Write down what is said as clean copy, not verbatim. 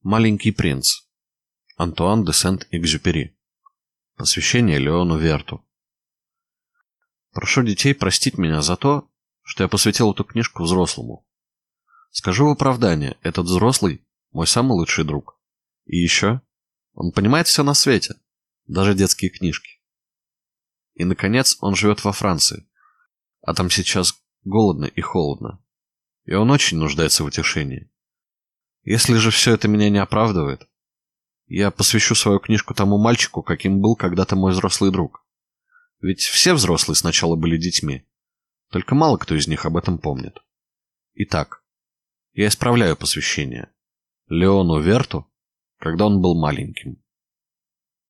Маленький принц. Антуан де Сент-Экзюпери. Посвящение Леону Верту. Прошу детей простить меня за то, что я посвятил эту книжку взрослому. Скажу в оправдание, этот взрослый – мой самый лучший друг. И еще, он понимает все на свете, даже детские книжки. И, наконец, он живет во Франции, а там сейчас голодно и холодно. И он очень нуждается в утешении. Если же все это меня не оправдывает, я посвящу свою книжку тому мальчику, каким был когда-то мой взрослый друг. Ведь все взрослые сначала были детьми, только мало кто из них об этом помнит. Итак, я исправляю посвящение Леону Верту, когда он был маленьким.